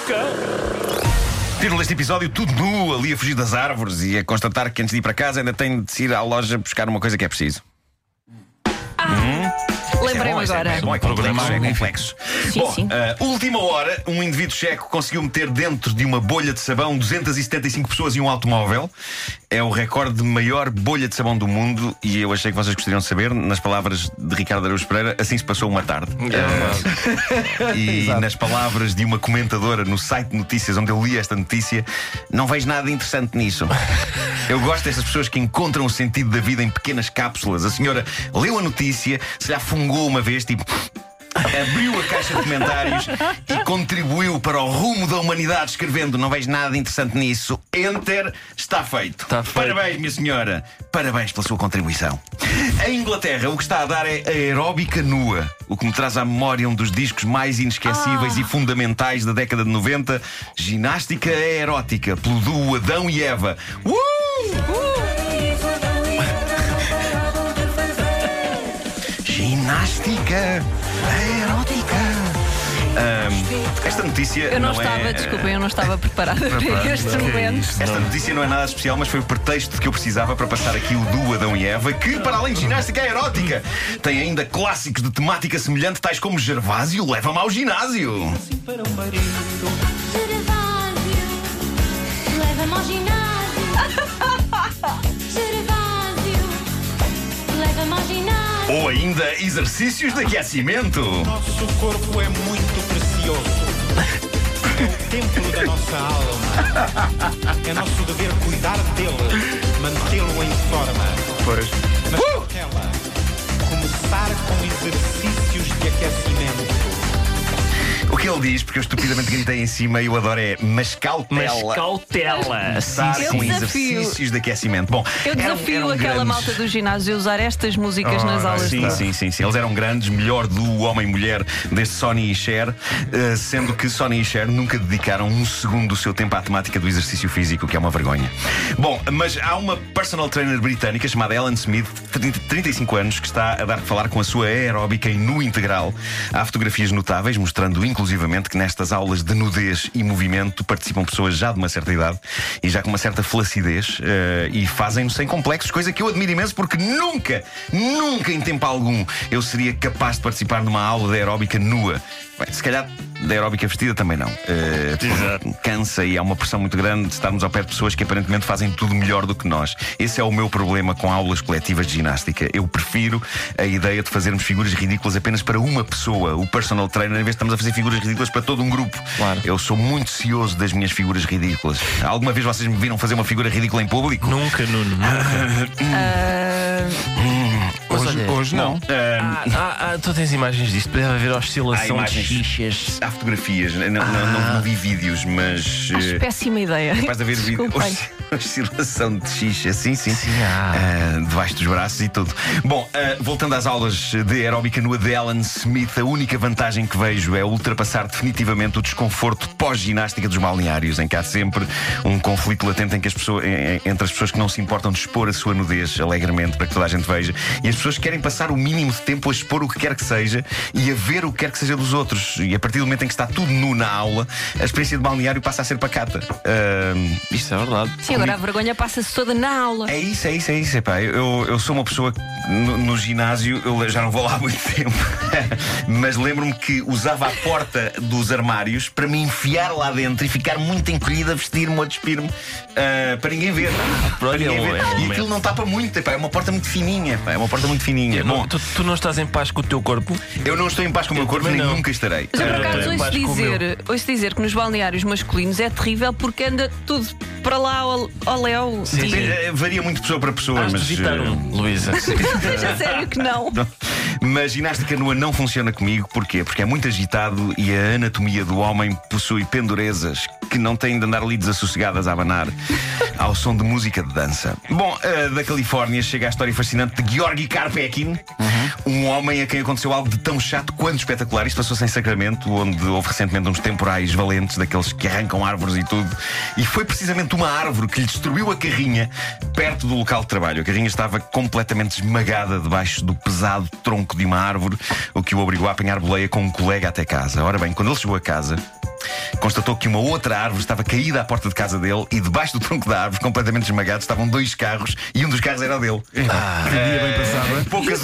Título deste episódio: tudo nu, ali a fugir das árvores e a constatar que antes de ir para casa ainda tem de ir à loja buscar uma coisa que é preciso. Lembrei-me agora. É complexo. Sim, Bom, sim. última hora, um indivíduo checo conseguiu meter dentro de uma bolha de sabão 275 pessoas e um automóvel. É o recorde de maior bolha de sabão do mundo. E eu achei que vocês gostariam de saber. Nas palavras de Ricardo Araújo Pereira, assim se passou uma tarde. E nas palavras de uma comentadora no site de notícias onde eu li esta notícia, não vejo nada interessante nisso. Eu gosto dessas pessoas que encontram o sentido da vida em pequenas cápsulas. A senhora leu a notícia, se lhe fungou uma vez, tipo, abriu a caixa de comentários e contribuiu para o rumo da humanidade escrevendo: não vejo nada interessante nisso. Enter, está feito. Parabéns, minha senhora. Parabéns pela sua contribuição. Em Inglaterra, o que está a dar é aeróbica nua, o que me traz à memória um dos discos mais inesquecíveis e fundamentais da década de 90, Ginástica Aerótica, pelo duo Adão e Eva. Ginástica aerótica. Esta notícia Eu não não estava, é... desculpem, eu não estava preparada para este momento. Esta notícia não é nada especial, mas foi o pretexto que eu precisava para passar aqui o duo Adão e Eva, que, para além de ginástica aerótica, tem ainda clássicos de temática semelhante, tais como Gervásio leva-me ao ginásio. Gervásio, leva-me ao ginásio. Gervásio, leva-me ao ginásio. Ou ainda exercícios de aquecimento. Nosso corpo é muito precioso. É o templo da nossa alma. É nosso dever cuidar dele, mantê-lo em forma. Pois. Mas cautela, começar com exercícios de aquecimento. O que ele diz, porque eu estupidamente gritei em cima e eu adoro, é mas cautela. Mas cautela. Começar Eu com desafio. exercícios de aquecimento. Bom, Eu desafio aquela grandes... malta do ginásio a usar estas músicas nas aulas de Sim. Eles eram grandes, melhor do homem-mulher deste Sonny e Cher, sendo que Sonny e Cher nunca dedicaram um segundo do seu tempo à temática do exercício físico, que é uma vergonha. Bom, mas há uma personal trainer britânica chamada Ellen Smith, de 35 anos, que está a dar que falar com a sua aeróbica em nu integral. Há fotografias notáveis, mostrando inclusivamente que nestas aulas de nudez e movimento participam pessoas já de uma certa idade e já com uma certa flacidez, e fazem-no sem complexos, coisa que eu admiro imenso, porque nunca em tempo algum eu seria capaz de participar numa aula de aeróbica nua. Bem, se calhar da aeróbica vestida também não. Cansa e há uma pressão muito grande de estarmos ao pé de pessoas que aparentemente fazem tudo melhor do que nós. Esse é o meu problema com aulas coletivas de ginástica. Eu prefiro a ideia de fazermos figuras ridículas apenas para uma pessoa, o personal trainer, em vez de estamos a fazer figuras ridículas para todo um grupo. Claro. Eu sou muito cioso das minhas figuras ridículas. Alguma vez vocês me viram fazer uma figura ridícula em público? Nunca, Nuno, nunca. Hoje não. Tu tens imagens disto? Deve haver Há oscilação de imagens. xixas. Há fotografias, não vi vídeos, mas Acho péssima ideia. capaz de haver vídeo. Desculpem. Oscilação de xixa, sim. há. Debaixo dos braços e tudo. Bom, voltando às aulas de aeróbica nua de Ellen Smith, a única vantagem que vejo é ultrapassar definitivamente o desconforto pós-ginástica dos balneários, em que há sempre um conflito latente entre as pessoas que não se importam de expor a sua nudez alegremente para que toda a gente veja, e as pessoas que querem passar o mínimo de tempo a expor o que quer que seja e a ver o que quer que seja dos outros. E a partir do momento em que está tudo nu na aula, a experiência de balneário passa a ser pacata. Isto é verdade. Sim, agora a vergonha passa-se toda na aula. É isso. Epá, eu sou uma pessoa que no ginásio, eu já não vou lá há muito tempo, mas lembro-me que usava a porta dos armários para me enfiar lá dentro e ficar muito encolhido a vestir-me ou a despir-me, para ninguém ver. Para ninguém ver. E aquilo não tapa muito, epá, é uma porta muito fininha. Epá, é uma porta muito fininha. Bom, Tu não estás em paz com o teu corpo? eu não estou em paz com o meu corpo, nem também não. nunca estarei. Mas eu por acaso vais com o ouço dizer que nos balneários masculinos é terrível porque anda tudo para lá ao léu. Sim. Varia muito pessoa para pessoa, Has de mas visitar Luísa. Veja sério que não. Mas ginástica nua não funciona comigo. Porquê? Porque é muito agitado e a anatomia do homem possui pendurezas que não têm de andar ali desassossegadas a abanar ao som de música de dança. Bom, da Califórnia chega a história fascinante de Georgi Karpekin, um homem a quem aconteceu algo de tão chato quanto espetacular. Isto passou-se em Sacramento, onde houve recentemente uns temporais valentes, daqueles que arrancam árvores e tudo. E foi precisamente uma árvore que lhe destruiu a carrinha perto do local de trabalho. A carrinha estava completamente esmagada debaixo do pesado tronco de uma árvore, o que o obrigou a apanhar boleia com um colega até casa. Ora bem, quando ele chegou a casa, constatou que uma outra árvore estava caída à porta de casa dele e debaixo do tronco da árvore, completamente esmagado, estavam 2 carros e um dos carros era o dele. Que dia bem passado.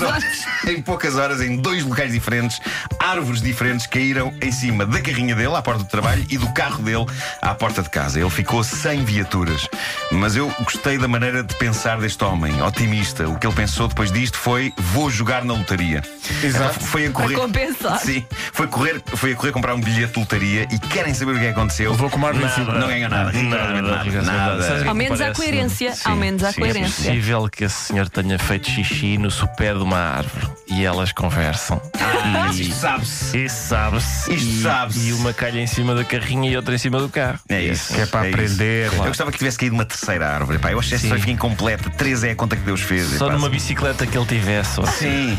Em poucas horas, em 2 locais diferentes, árvores diferentes caíram em cima da carrinha dele, à porta do trabalho, e do carro dele, à porta de casa. Ele ficou sem viaturas. Mas eu gostei da maneira de pensar deste homem, otimista. O que ele pensou depois disto foi: vou jogar na lotaria. Exato. Então, foi a correr. Para compensar. Sim, foi a correr comprar um bilhete de lotaria. E querem saber o que aconteceu? Levou com uma árvore em cima. Não ganhou nada, rigorosamente nada. Sabes o que Ao menos há parece? coerência. Sim, Ao menos há sim, É coerência. possível que esse senhor tenha feito xixi no sopé de uma árvore e elas conversam. Isto sabe-se. Isso sabe-se. Isto sabe-se. E uma calha em cima da carrinha e outra em cima do carro. É isso. Que é para aprender. Eu gostava que tivesse caído uma terceira árvore. Pá, eu achei essa história fica incompleta. 3 é a conta que Deus fez. Só Pá, numa bicicleta que ele tivesse. ou assim.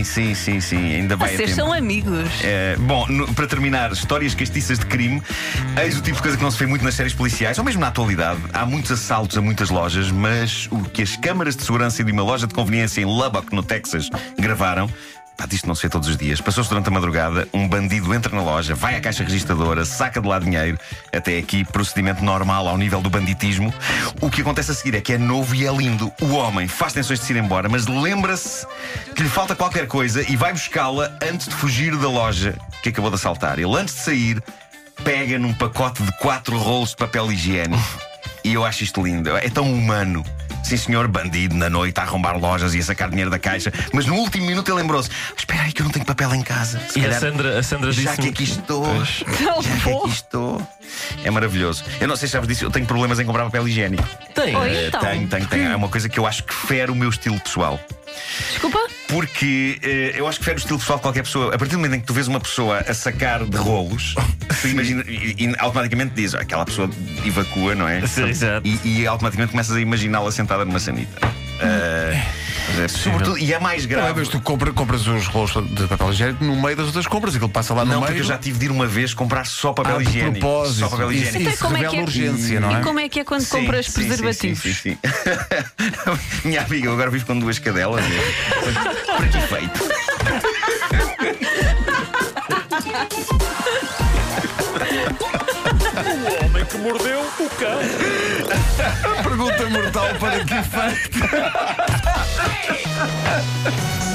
Sim. Ainda vai a Vocês tempo. são amigos. Bom, para terminar, histórias castiças de crime. Eis o tipo de coisa que não se vê muito nas séries policiais, ou mesmo na atualidade. Há muitos assaltos a muitas lojas, mas o que as câmaras de segurança de uma loja de conveniência em Lubbock, no Texas, gravaram. Pá, disto não se vê todos os dias. Passou-se durante a madrugada, um bandido entra na loja, vai à caixa registradora, saca de lá dinheiro. Até aqui, procedimento normal ao nível do banditismo. O que acontece a seguir é que é novo e é lindo. O homem faz tensões de se ir embora, mas lembra-se que lhe falta qualquer coisa e vai buscá-la antes de fugir da loja que acabou de assaltar. Ele, antes de sair, pega num pacote de 4 rolos de papel higiênico. E eu acho isto lindo. É tão humano. Sim, senhor, bandido na noite a arrombar lojas e a sacar dinheiro da caixa. Mas no último minuto ele lembrou-se: espera aí que eu não tenho papel em casa. Se E calhar, a Sandra já disse. que aqui estou. Pois. Não Já que vou. aqui estou. É maravilhoso. Eu não sei se já vos disse, eu tenho problemas em comprar papel higiênico. Tem. Oi, então. Tenho. É uma coisa que eu acho que fere o meu estilo pessoal. Desculpa? Porque eu acho que fere o estilo pessoal de qualquer pessoa. A partir do momento em que tu vês uma pessoa a sacar de rolos, tu imagina, e automaticamente dizes: aquela pessoa evacua, não é? Sim, exato. E automaticamente começas a imaginá-la sentada numa sanita. Sobretudo, e é mais Não, grave. mas tu compras os rolos de papel higiênico no meio das outras compras. Aquilo passa lá no Não, meio. porque eu já tive de ir uma vez comprar só papel de higiênico. propósito. Só papel Isso- higiênico. Isso Então, como é revela que é? urgência, não é? E como é que é quando Sim, compras sim, preservativos? Sim. Minha amiga, eu agora vivo com 2 cadelas. Para que efeito? O homem que mordeu o cão. Pergunta mortal para que efeito?